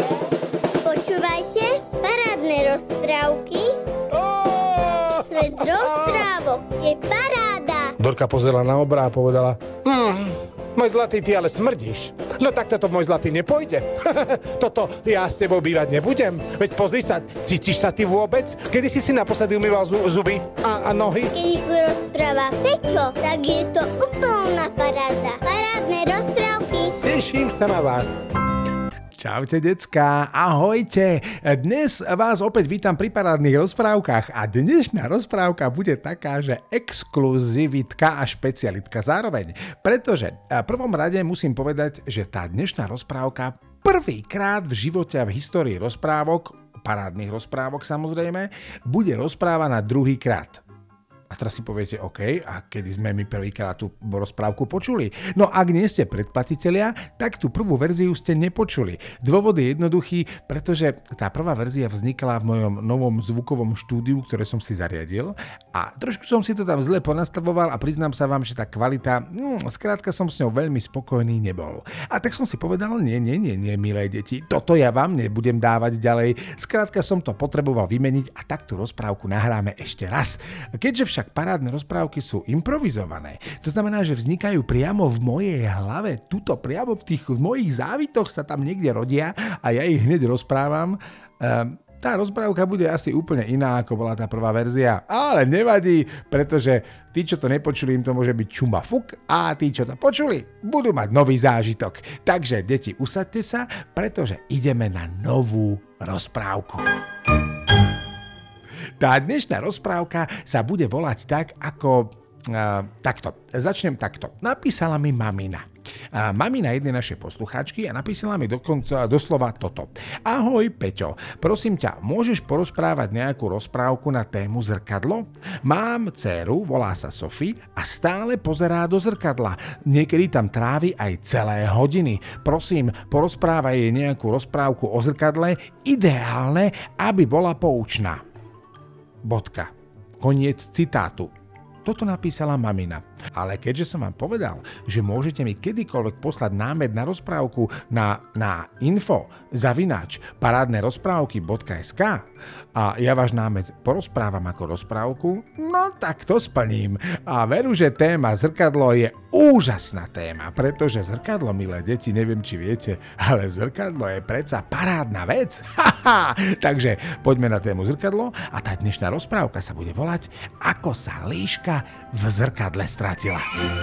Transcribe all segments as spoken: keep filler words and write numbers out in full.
Počúvajte parádne rozprávky. Svet rozprávok je paráda. Dorka pozerala na obra a povedala: hm, môj zlatý, ty ale smrdíš. No tak toto, môj zlatý, nepôjde. Toto ja s tebou bývať nebudem. Veď pozri sa, cítiš sa ty vôbec? Kedy si si naposledy umýval zu- zuby a, a nohy? Keď ich rozpráva Peťo, tak je to úplná paráda. Parádne rozprávky. Teším sa na vás. Čaute, decká, ahojte. Dnes vás opäť vítam pri parádnych rozprávkach a dnešná rozprávka bude taká, že exkluzivitka a špecialitka zároveň. Pretože v prvom rade musím povedať, že tá dnešná rozprávka prvýkrát v živote a v histórii rozprávok, parádnych rozprávok samozrejme, bude rozprávaná druhýkrát. A teraz si poviete, OK, a kedy sme my prvýkrát tú rozprávku počuli? No ak nie ste predplatitelia, tak tú prvú verziu ste nepočuli. Dôvod je jednoduchý, pretože tá prvá verzia vznikala v mojom novom zvukovom štúdiu, ktoré som si zariadil a trošku som si to tam zle ponastavoval a priznám sa vám, že tá kvalita, hm, skrátka som s ňou veľmi spokojný nebol. A tak som si povedal, nie, nie, nie, nie, milé deti, toto ja vám nebudem dávať ďalej. Skrátka som to potreboval vymeniť a tak tú rozprávku nahráme ešte raz. Keďže však parádne rozprávky sú improvizované. To znamená, že vznikajú priamo v mojej hlave, tuto priamo v tých v mojich závitoch sa tam niekde rodia a ja ich hneď rozprávam. Ehm, tá rozprávka bude asi úplne iná, ako bola tá prvá verzia, ale nevadí, pretože tí, čo to nepočuli, im to môže byť čuma fuk a tí, čo to počuli, budú mať nový zážitok. Takže, deti, usaďte sa, pretože ideme na novú rozprávku. Tá dnešná rozprávka sa bude volať tak, ako... Uh, takto. Začnem takto. Napísala mi mamina. Uh, mamina jednej našej poslucháčky a napísala mi dokonca, doslova toto. Ahoj, Peťo. Prosím ťa, môžeš porozprávať nejakú rozprávku na tému zrkadlo? Mám dcéru, volá sa Sofie a stále pozerá do zrkadla. Niekedy tam trávi aj celé hodiny. Prosím, porozprávaj jej nejakú rozprávku o zrkadle, ideálne, aby bola poučná. Bodka. Koniec citátu. Toto napísala mamina. Ale keďže som vám povedal, že môžete mi kedykoľvek poslať námed na rozprávku na, na info zavináč parádne rozprávky bodka es ká a ja váš námed porozprávam ako rozprávku, no tak to splním. A veru, že téma zrkadlo je úžasná téma, pretože zrkadlo, milé deti, neviem, či viete, ale zrkadlo je predsa parádna vec. Haha! Takže poďme na tému zrkadlo a tá dnešná rozprávka sa bude volať Ako sa líška v zrkadle stratila.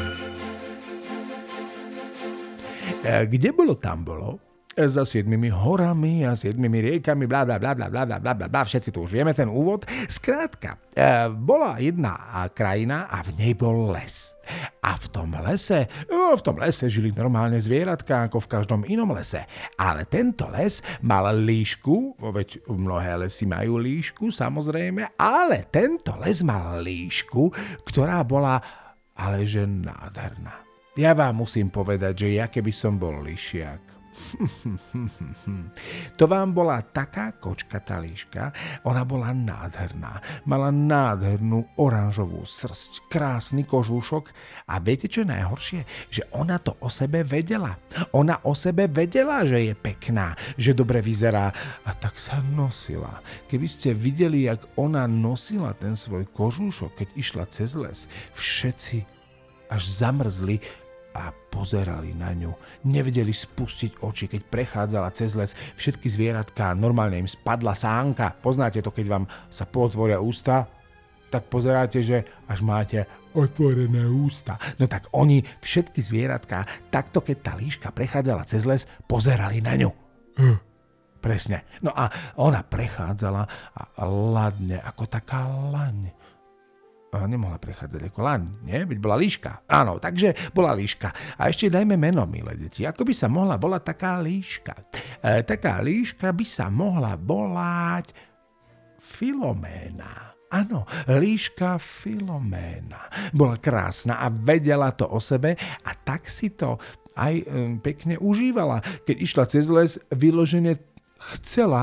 Kde bolo, tam bolo. Za siedmimi horami a siedmimi riekami, blá, blá, blá, blá, blá, blá, blá, blá, všetci tu už vieme ten úvod. Skrátka, bola jedna krajina a v nej bol les. A v tom lese, v tom lese žili normálne zvieratka, ako v každom inom lese. Ale tento les mal líšku, veď mnohé lesy majú líšku, samozrejme, ale tento les mal líšku, ktorá bola ale že nádherná. Ja vám musím povedať, že ja keby som bol líšiak, to vám bola taká kočkatá líška, ona bola nádherná, mala nádhernú oranžovú srsť, krásny kožúšok a viete, čo je najhoršie? Že ona to o sebe vedela. Ona o sebe vedela, že je pekná, že dobre vyzerá a tak sa nosila. Keby ste videli, jak ona nosila ten svoj kožúšok, keď išla cez les, všetci až zamrzli a pozerali na ňu. Nevedeli spustiť oči, keď prechádzala cez les. Všetky zvieratka, normálne im spadla sánka. Poznáte to, keď vám sa pootvoria ústa? Tak pozeráte, že až máte otvorené ústa. No tak oni, všetky zvieratka, takto keď tá líška prechádzala cez les, pozerali na ňu. Hm. Presne. No a ona prechádzala a ladne, ako taká laň. A nemohla prechádzať ako laň, nie? Veď bola líška. Áno, takže bola líška. A ešte dajme meno, milé deti. Ako by sa mohla volať taká líška? E, taká líška by sa mohla volať Filoména. Áno, líška Filoména. Bola krásna a vedela to o sebe a tak si to aj e, pekne užívala. Keď išla cez les, vyložene chcela,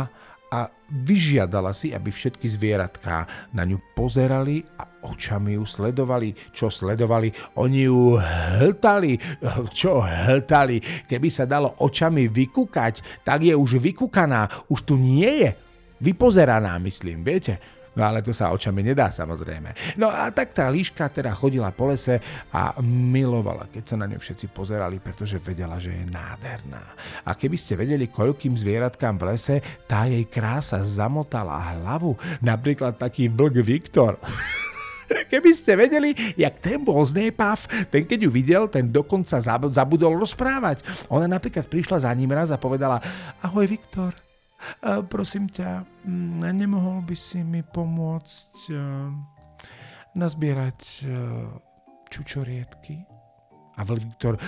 a vyžiadala si, aby všetky zvieratká na ňu pozerali a očami ju sledovali. Čo sledovali? Oni ju hltali. Čo hltali? Keby sa dalo očami vykúkať, tak je už vykúkaná. Už tu nie je. Vypozeraná, myslím, viete? No ale to sa očami nedá, samozrejme. No a tak tá líška teda chodila po lese a milovala, keď sa na ňu všetci pozerali, pretože vedela, že je nádherná. A keby ste vedeli, koľkým zvieratkám v lese tá jej krása zamotala hlavu, napríklad taký vlk Viktor. Keby ste vedeli, jak ten bol znépav, ten keď ju videl, ten dokonca zabudol rozprávať. Ona napríklad prišla za ním raz a povedala: ahoj Viktor, Uh, prosím ťa, nemohol by si mi pomôcť uh, nazbierať uh, čučoriedky? A Viktor: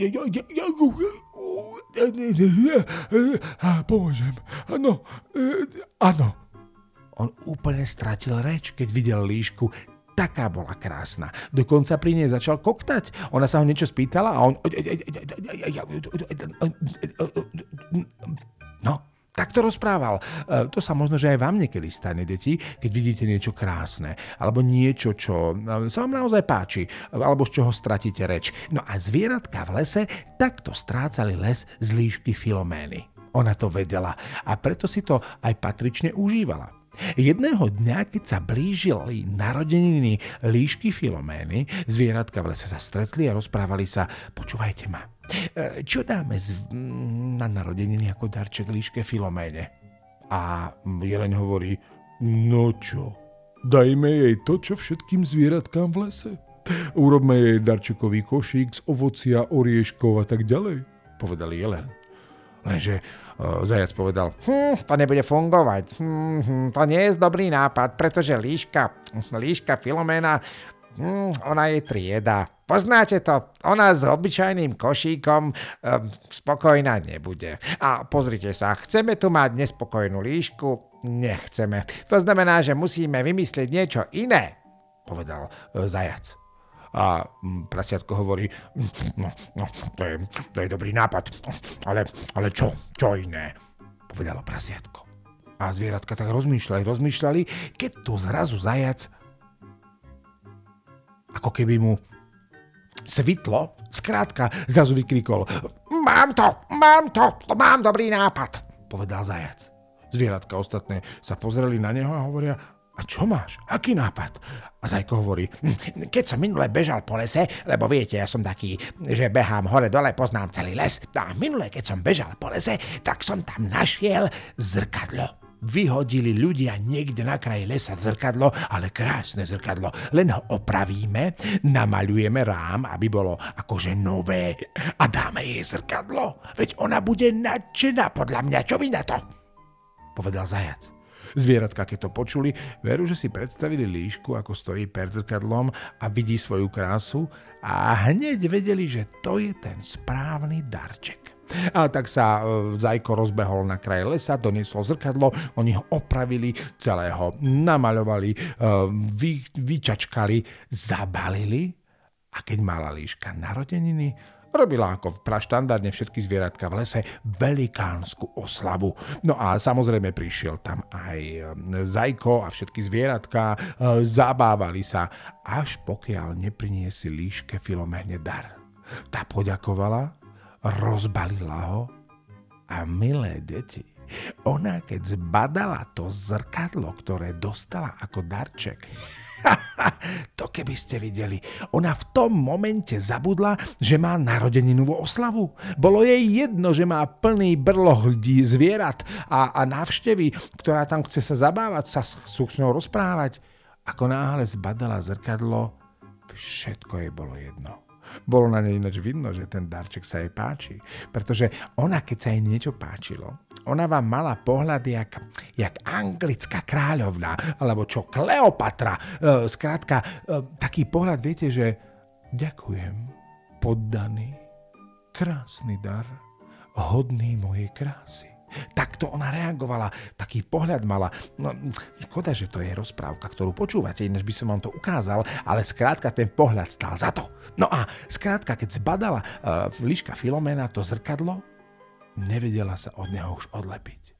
pomôžem. Áno, áno. On úplne stratil reč, keď videl líšku. Taká bola krásna. Dokonca pri nej začal koktať. Ona sa ho niečo spýtala a on... No, tak to rozprával. E, to sa možno, že aj vám niekedy stane, deti, keď vidíte niečo krásne, alebo niečo, čo sa vám naozaj páči, alebo z čoho stratíte reč. No a zvieratka v lese takto strácali les z líšky Filomény. Ona to vedela a preto si to aj patrične užívala. Jedného dňa, keď sa blížili narodeniny líšky Filomény, zvieratka v lese sa stretli a rozprávali sa: počúvajte ma, čo dáme z, na narodeniny ako darček líške Filoméne? A jeleň hovorí: no čo, dajme jej to, čo všetkým zvieratkám v lese. Urobme jej darčekový košík z ovocia, orieškov a tak ďalej, povedal jeleň. Lenže uh, zajac povedal: hm, to nebude fungovať. Hm, hm, to nie je dobrý nápad, pretože líška, líška Filoména, hm, ona je trieda. Poznáte to? Ona s obyčajným košíkom um, spokojná nebude. A pozrite sa, chceme tu mať nespokojnú líšku? Nechceme. To znamená, že musíme vymyslieť niečo iné, povedal uh, zajac. A prasiatko hovorí: no, no to, je, to je dobrý nápad, ale, ale čo, čo iné, povedalo prasiatko. A zvieratka tak rozmýšľali, rozmýšľali, keď tu zrazu zajac, ako keby mu svitlo, skrátka zrazu vykrikol: mám to, mám to, mám dobrý nápad, povedal zajac. Zvieratka ostatné sa pozreli na neho a hovoria: a čo máš? Aký nápad? A Zajko hovorí: keď som minule bežal po lese, lebo viete, ja som taký, že behám hore-dole, poznám celý les. A minule, keď som bežal po lese, tak som tam našiel zrkadlo. Vyhodili ľudia niekde na kraji lesa zrkadlo, ale krásne zrkadlo. Len ho opravíme, namaľujeme rám, aby bolo akože nové a dáme jej zrkadlo. Veď ona bude nadšená podľa mňa. Čo vy na to? Povedal zajac. Zvieratka, keď to počuli, veru, že si predstavili líšku, ako stojí pred zrkadlom a vidí svoju krásu a hneď vedeli, že to je ten správny darček. A tak sa e, Zajko rozbehol na kraj lesa, doniesol zrkadlo, oni ho opravili, celého namaľovali, e, vy, vyčačkali, zabalili a keď mala líška narodeniny, robila ako štandardne všetky zvieratka v lese velikánsku oslavu. No a samozrejme prišiel tam aj Zajko a všetky zvieratka, zabávali sa, až pokiaľ nepriniesli líške Filoméne dar. Tá poďakovala, rozbalila ho a milé deti, ona keď zbadala to zrkadlo, ktoré dostala ako darček, to keby ste videli, ona v tom momente zabudla, že má narodeninovú oslavu. Bolo jej jedno, že má plný brloh ľudí, zvierat a, a návštevy, ktorá tam chce sa zabávať, sa chcú s ňou rozprávať. Ako náhle zbadala zrkadlo, všetko jej bolo jedno. Bolo na nej ináč vidno, že ten darček sa jej páči. Pretože ona, keď sa jej niečo páčilo, ona vám mala pohľad jak, jak anglická kráľovná, alebo čo, Kleopatra. E, skrátka, e, taký pohľad, viete, že ďakujem, poddaný, krásny dar, hodný mojej krásy. Takto ona reagovala, taký pohľad mala. No, škoda, že to je rozprávka, ktorú počúvate, ináč by som vám to ukázal, ale skrátka ten pohľad stál za to. No a skrátka, keď zbadala uh, líška Filoména to zrkadlo, nevedela sa od neho už odlepiť.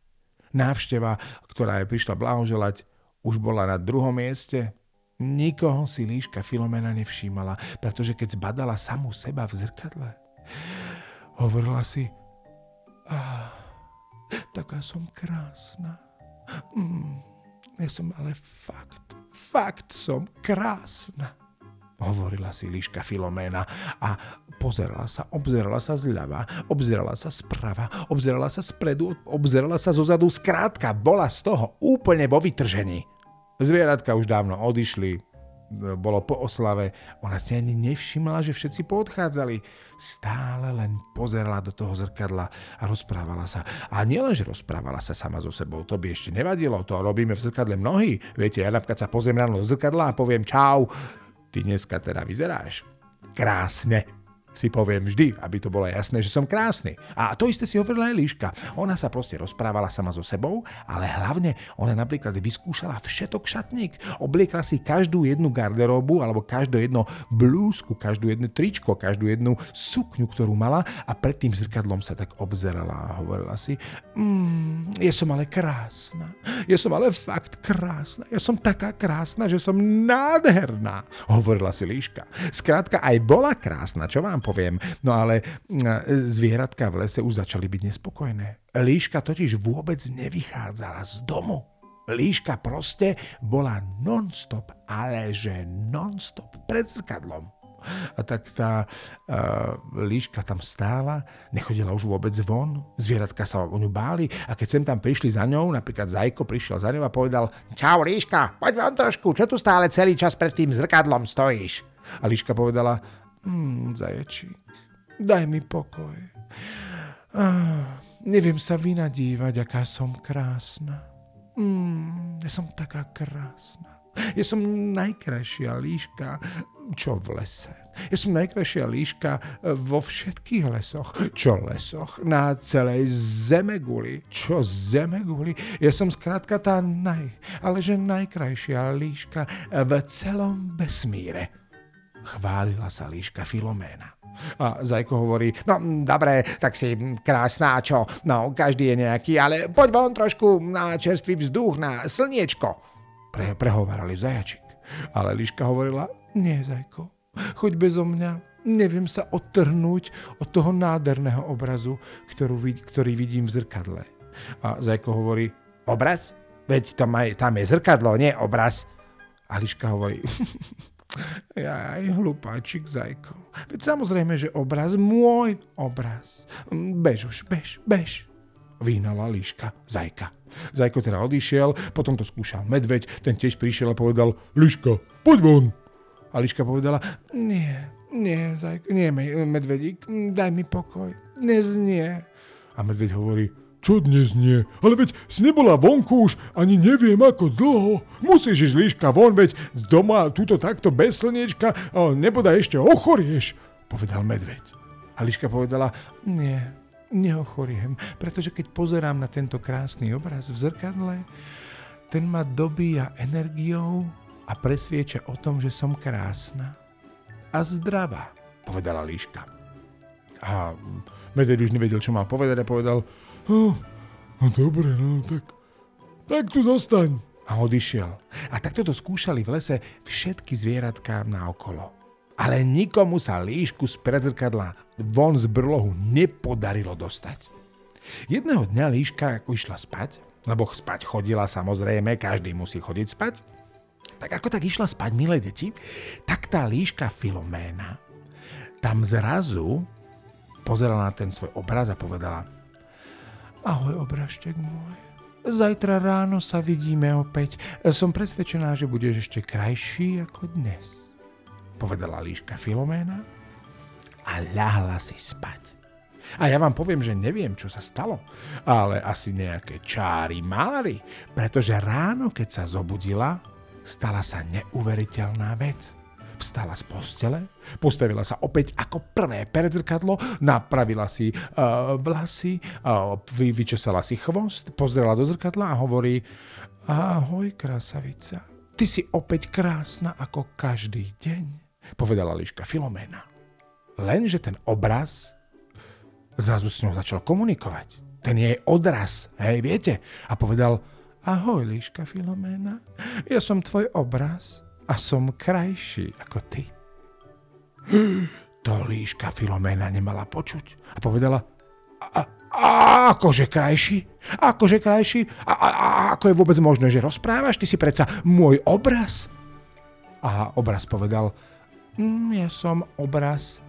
Návšteva, ktorá jej prišla blahoželať, už bola na druhom mieste. Nikoho si líška Filomena nevšímala, pretože keď zbadala samú seba v zrkadle, hovorila si, ah, taká som krásna. Mm, ja som ale fakt, fakt som krásna. Hovorila si líška Filoména a pozerala sa, obzerala sa zľava, obzerala sa sprava, obzerala sa spredu, obzerala sa zozadu. Skrátka, bola z toho úplne vo vytržení. Zvieratka už dávno odišli, bolo po oslave, ona si ani nevšimla, že všetci poodchádzali. Stále len pozerala do toho zrkadla a rozprávala sa. A nielen, že rozprávala sa sama so sebou, to by ešte nevadilo, to robíme v zrkadle mnohí. Viete, ja napríklad sa pozriem ráno do zrkadla a poviem čau, ty dneska teda vyzeráš krásne. Si poviem vždy, aby to bolo jasné, že som krásny. A to isté si hovorila aj líška. Ona sa proste rozprávala sama so sebou, ale hlavne ona napríklad vyskúšala všetok šatník. Obliekla si každú jednu garderóbu, alebo každú jedno blúzku, každú jedno tričko, každú jednu sukňu, ktorú mala a pred tým zrkadlom sa tak obzerala a hovorila si, mm, ja som ale krásna. Ja som ale fakt krásna. Ja som taká krásna, že som nádherná, hovorila si líška. Skrátka, aj bola krásna, čo vám poviem. No ale zvieratka v lese už začali byť nespokojné. Líška totiž vôbec nevychádzala z domu. Líška proste bola non-stop, ale že non-stop pred zrkadlom. A tak tá uh, líška tam stála, nechodila už vôbec von, zvieratka sa o ňu báli a keď sem tam prišli za ňou, napríklad Zajko prišiel za ňou a povedal, čau líška, poď von trošku, čo tu stále celý čas pred tým zrkadlom stojíš? A líška povedala, Hmm, zaječík, daj mi pokoj. Ah, neviem sa vynadívať, aká som krásna. Hmm, ja som taká krásna. Ja som najkrajšia líška, čo v lese. Ja som najkrajšia líška vo všetkých lesoch. Čo lesoch? Na celej zemeguli. Čo zemeguli? Ja som skrátka tá naj, ale že najkrajšia líška v celom vesmíre. Chválila sa líška Filoména. A Zajko hovorí, no dobre, tak si krásna, čo? No, každý je nejaký, ale poď von trošku na čerstvý vzduch, na slniečko. Pre, prehovárali Zajačík. Ale líška hovorila, nie Zajko, choď bezo mňa, neviem sa odtrhnúť od toho nádherného obrazu, ktorú, ktorý vidím v zrkadle. A Zajko hovorí, obraz? Veď tam, aj, tam je zrkadlo, nie obraz. A líška hovorí, jaj, hlupáčik Zajko. Veď samozrejme, že obraz, môj obraz. Bež už, bež, bež. Vyhnala líška Zajka. Zajko teda odišiel, potom to skúšal medveď, ten tiež prišiel a povedal, líška, poď von. A líška povedala, nie, nie, Zajko, nie, medvedík, daj mi pokoj, dnes nie. A medveď hovorí, čo dnes nie? Ale veď si nebola vonku už, ani neviem ako dlho. Musíš ísť líška von, veď z doma túto takto bez slniečka a nebodaj ešte ochorieš, povedal medveď. A líška povedala, nie, neochoriem, pretože keď pozerám na tento krásny obraz v zrkadle, ten ma dobíja energiou a presvieča o tom, že som krásna a zdravá, povedala líška. A medveď už nevedel, čo mal povedať a povedal, Oh, no dobre, no tak, tak tu zostaň. A odišiel. A takto to skúšali v lese všetky zvieratká naokolo. Ale nikomu sa líšku z predzrkadla von z brlohu nepodarilo dostať. Jedného dňa líška, ako išla spať, lebo spať chodila samozrejme, každý musí chodiť spať, tak ako tak išla spať, milé deti, tak tá líška Filoména tam zrazu pozerala na ten svoj obraz a povedala, ahoj, obražtek môj. Zajtra ráno sa vidíme opäť. Som presvedčená, že budeš ešte krajší ako dnes, povedala líška Filoména a ľahla si spať. A ja vám poviem, že neviem, čo sa stalo, ale asi nejaké čáry máry, pretože ráno, keď sa zobudila, stala sa neuveriteľná vec. Vstala z postele, postavila sa opäť ako prvé pred zrkadlo, napravila si uh, vlasy, uh, vy, vyčesala si chvost, pozrela do zrkadla a hovorí, ahoj, krásavica, ty si opäť krásna ako každý deň, povedala líška Filoména. Lenže ten obraz zrazu s ňou začal komunikovať. ten jej odraz, hej, viete? A povedal, ahoj, líška Filoména, ja som tvoj obraz a som krajší ako ty. To líška Filoména nemala počuť a povedala, a, a akože krajší? Akože krajší? A, a, a ako je vôbec možné, že rozprávaš? Ty si predsa môj obraz? A obraz povedal, mm, ja som obraz.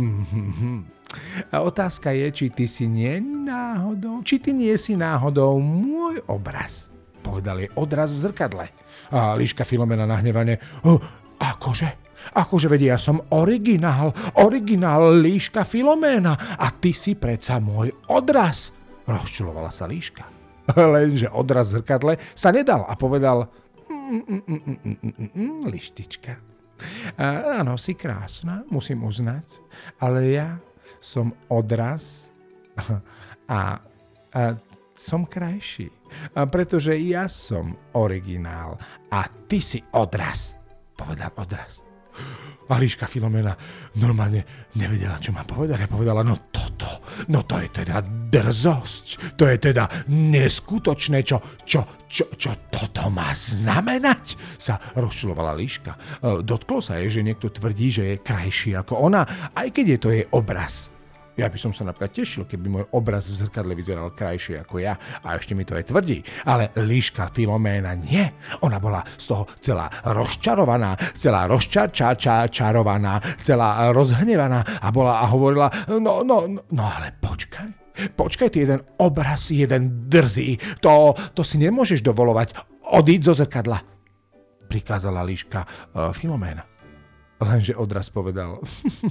A otázka je, či ty si nie náhodou, či ty nie si náhodou môj obraz. Povedal jej odraz v zrkadle. A líška Filoména nahnevane, oh, akože? Akože vedia, ja som originál, originál líška Filoména a ty si predsa môj odraz. Rozčulovala sa líška. Lenže odraz v zrkadle sa nedal a povedal, mm, mm, mm, mm, mm, mm, mm, lištička. A, áno, si krásna, musím uznať, ale ja som odraz a, a som krajší, a pretože ja som originál a ty si odraz, povedal odraz. A líška Filoména normálne nevedela, čo má povedať. A povedala, no toto, no to je teda drzosť, to je teda neskutočné, čo, čo, čo, čo toto má znamenať, sa rozčulovala líška. Dotklo sa jej, že niekto tvrdí, že je krajší ako ona, aj keď je to jej obraz. Ja by som sa napríklad tešil, keby môj obraz v zrkadle vyzeral krajšie ako ja a ešte mi to aj tvrdí. Ale líška Filoména nie. Ona bola z toho celá rozčarovaná, celá rozčarčarčarovaná, celá rozhnevaná a bola a hovorila, no, no, no, no ale počkaj. Počkaj, ty jeden obraz, jeden drzý. To, to si nemôžeš dovolovať. Odíď zo zrkadla. Prikázala líška uh, Filoména. Lenže odraz povedal,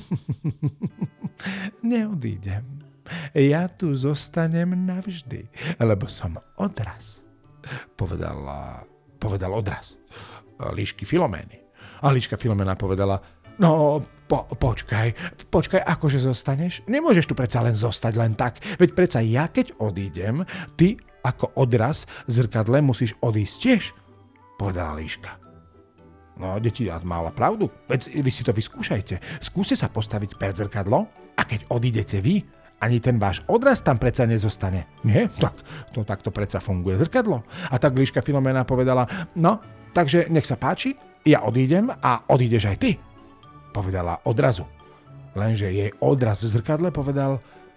neodídem, ja tu zostanem navždy, lebo som odraz, povedal, povedal odraz líšky Filomény. A líška Filoména povedala, no po, počkaj, počkaj, akože zostaneš? Nemôžeš tu predsa len zostať len tak, veď predsa ja keď odídem, ty ako odraz v zrkadle musíš odísť tiež, povedala líška. No, deti, ja mala pravdu. Veď vy si to vyskúšajte. Skúste sa postaviť pred zrkadlo a keď odídete vy, ani ten váš odraz tam predsa nezostane. Nie? Tak to takto predsa funguje zrkadlo. A tak líška Filoména povedala, no, takže nech sa páči, ja odídem a odídeš aj ty. Povedala odrazu. Lenže jej odraz v zrkadle povedal,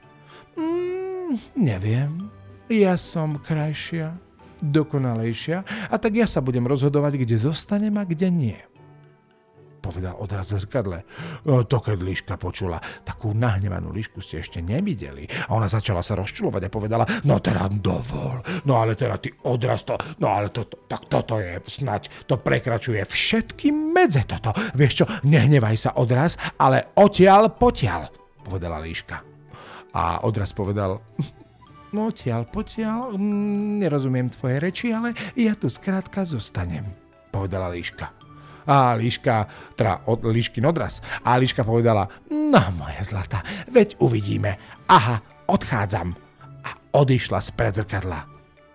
mm, neviem, ja som krajšia, dokonalejšia a tak ja sa budem rozhodovať, kde zostanem a kde nie. Povedal odraz v zrkadle. No, to keď líška počula, takú nahnevanú líšku ste ešte nevideli. A ona začala sa rozčulovať a povedala, no teda dovol, no ale teda ty odraz to, no ale to, to, tak toto je snať, to prekračuje všetky medze toto. Vieš čo, nehnevaj sa odraz, ale odtiaľ potiaľ, povedala líška. A odraz povedal, no odtiaľ potiaľ, mm, nerozumiem tvoje reči, ale ja tu skrátka zostanem, povedala líška. A líška, teda od, líškin odraz. A líška povedala, no moja zlata, veď uvidíme. Aha, odchádzam. A odišla spred zrkadla.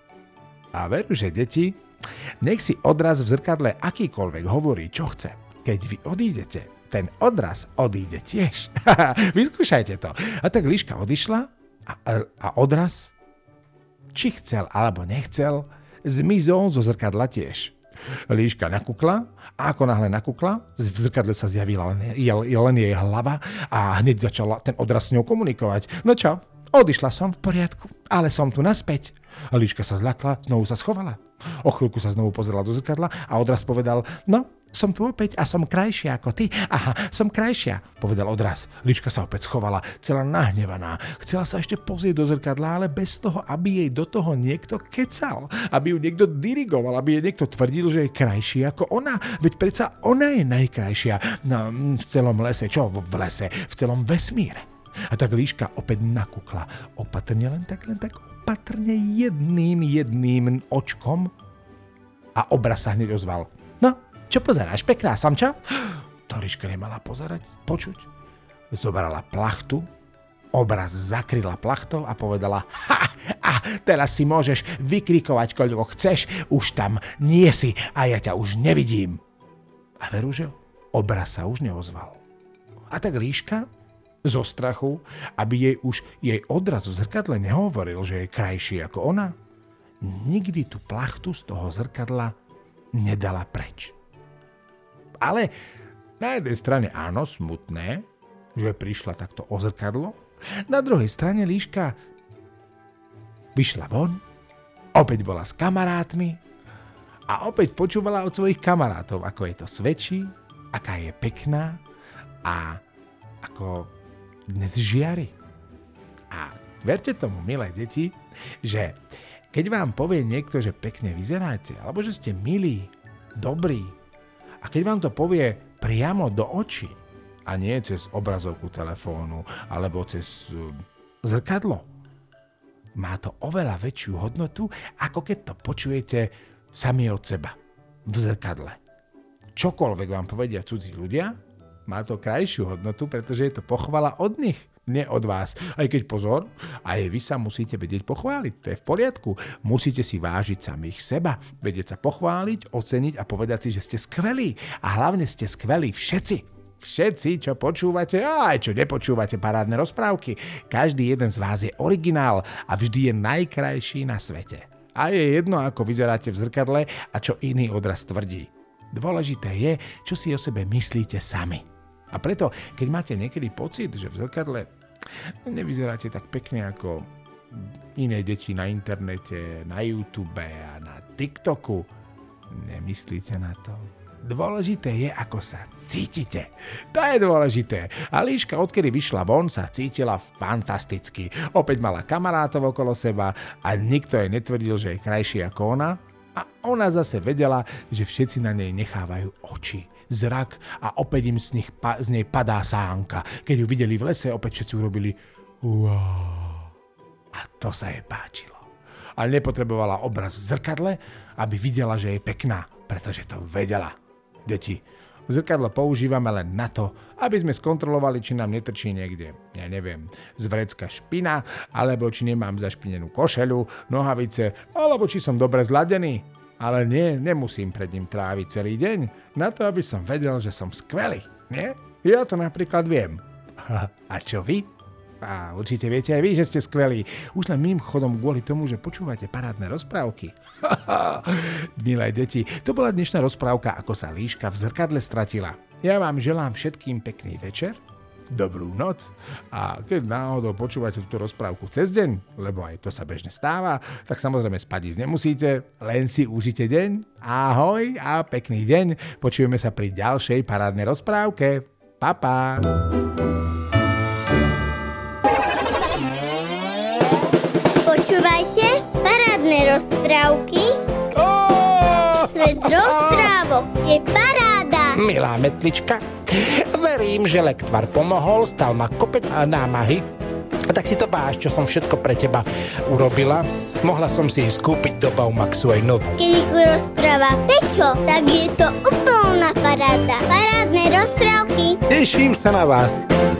A veru, že deti, nech si odraz v zrkadle akýkoľvek hovorí, čo chce. Keď vy odídete, ten odraz odíde tiež. Vyskúšajte to. A tak líška odišla a, a, a odraz, či chcel alebo nechcel, zmizol zo zrkadla tiež. Líška nakukla a ako náhle nakukla, v zrkadle sa zjavila len, len jej hlava a hneď začala ten odraz s ňou komunikovať. No čo, odišla som v poriadku, ale som tu naspäť. A líška sa zľakla, znovu sa schovala. O chvíľku sa znovu pozrela do zrkadla a odraz povedal, no, som tu opäť a som krajšia ako ty. Aha, som krajšia, povedal odraz. Líška sa opäť schovala, celá nahnevaná. Chcela sa ešte pozrieť do zrkadla, ale bez toho, aby jej do toho niekto kecal. Aby ju niekto dirigoval, aby jej niekto tvrdil, že je krajší ako ona. Veď predsa ona je najkrajšia no, v celom lese. Čo v lese? V celom vesmíre. A tak líška opäť nakukla. Opatrne, len tak, len tak opatrne jedným, jedným očkom. A obraz sa hneď ozval. No, čo pozeráš, pekná som, čo? To líška nemala pozerať, počuť. Zobrala plachtu, obraz zakryla plachtou a povedala, ha, a teraz si môžeš vykrikovať, koľko chceš, už tam nie si a ja ťa už nevidím. A veru, že obraz sa už neozval. A tak líška Zo strachu, aby jej už jej odraz v zrkadle nehovoril, že je krajší ako ona, nikdy tú plachtu z toho zrkadla nedala preč. Ale na jednej strane áno, smutné, že prišla takto o zrkadlo, na druhej strane líška vyšla von, opäť bola s kamarátmi a opäť počúvala od svojich kamarátov, ako jej to svedčí, aká je pekná a ako dnes žiari. A verte tomu, milé deti, že keď vám povie niekto, že pekne vyzeráte, alebo že ste milí, dobrí, a keď vám to povie priamo do očí, a nie cez obrazovku telefónu, alebo cez uh, zrkadlo, má to oveľa väčšiu hodnotu, ako keď to počujete sami od seba, v zrkadle. Čokoľvek vám povedia cudzí ľudia, má to krajšiu hodnotu, pretože je to pochvala od nich, nie od vás. Aj keď pozor, aj vy sa musíte vedieť pochváliť, to je v poriadku. Musíte si vážiť samých seba, vedieť sa pochváliť, oceniť a povedať si, že ste skvelí. A hlavne ste skvelí všetci. Všetci, čo počúvate, a aj čo nepočúvate parádne rozprávky. Každý jeden z vás je originál a vždy je najkrajší na svete. A je jedno, ako vyzeráte v zrkadle a čo iný odraz tvrdí. Dôležité je, čo si o sebe myslíte sami. A preto, keď máte niekedy pocit, že v zrkadle nevyzeráte tak pekne ako iné deti na internete, na YouTube a na TikToku, nemyslíte na to. Dôležité je, ako sa cítite. To je dôležité. A líška, odkedy vyšla von, sa cítila fantasticky. Opäť mala kamarátov okolo seba a nikto jej netvrdil, že je krajší ako ona. A ona zase vedela, že všetci na nej nechávajú oči, zrak a opäť im z, nich, z nej padá sánka. Keď ju videli v lese, opäť všetci urobili wow. A to sa jej páčilo. Ale nepotrebovala obraz v zrkadle, aby videla, že je pekná, pretože to vedela. Deti, zrkadlo používame len na to, aby sme skontrolovali, či nám netrčí niekde, ja neviem, z vrecka špina, alebo či nemám zašpinenú košeľu, nohavice, alebo či som dobre zladený. Ale nie, nemusím pred ním tráviť celý deň, na to, aby som vedel, že som skvelý, nie? Ja to napríklad viem. A čo vy? A určite viete aj vy, že ste skvelí. Už len mimochodom kvôli tomu, že počúvate parádne rozprávky. Milé deti, to bola dnešná rozprávka, ako sa líška v zrkadle stratila. Ja vám želám všetkým pekný večer, dobrú noc a keď náhodou počúvate túto rozprávku cez deň, lebo aj to sa bežne stáva, tak samozrejme spať ísť nemusíte, len si užite deň. Ahoj a pekný deň. Počujeme sa pri ďalšej parádnej rozprávke. Pa, pa. Počúvajte parádne rozprávky. Svet rozprávok je paráda. Milá metlička, verím, že lektvar pomohol, stal ma kopec námahy. A tak si to váš, čo som všetko pre teba urobila. Mohla som si skúpiť do Baumaxu aj novú. Keď ich rozpráva Peťo, tak je to úplná paráda. Parádne rozprávky. Teším sa na vás.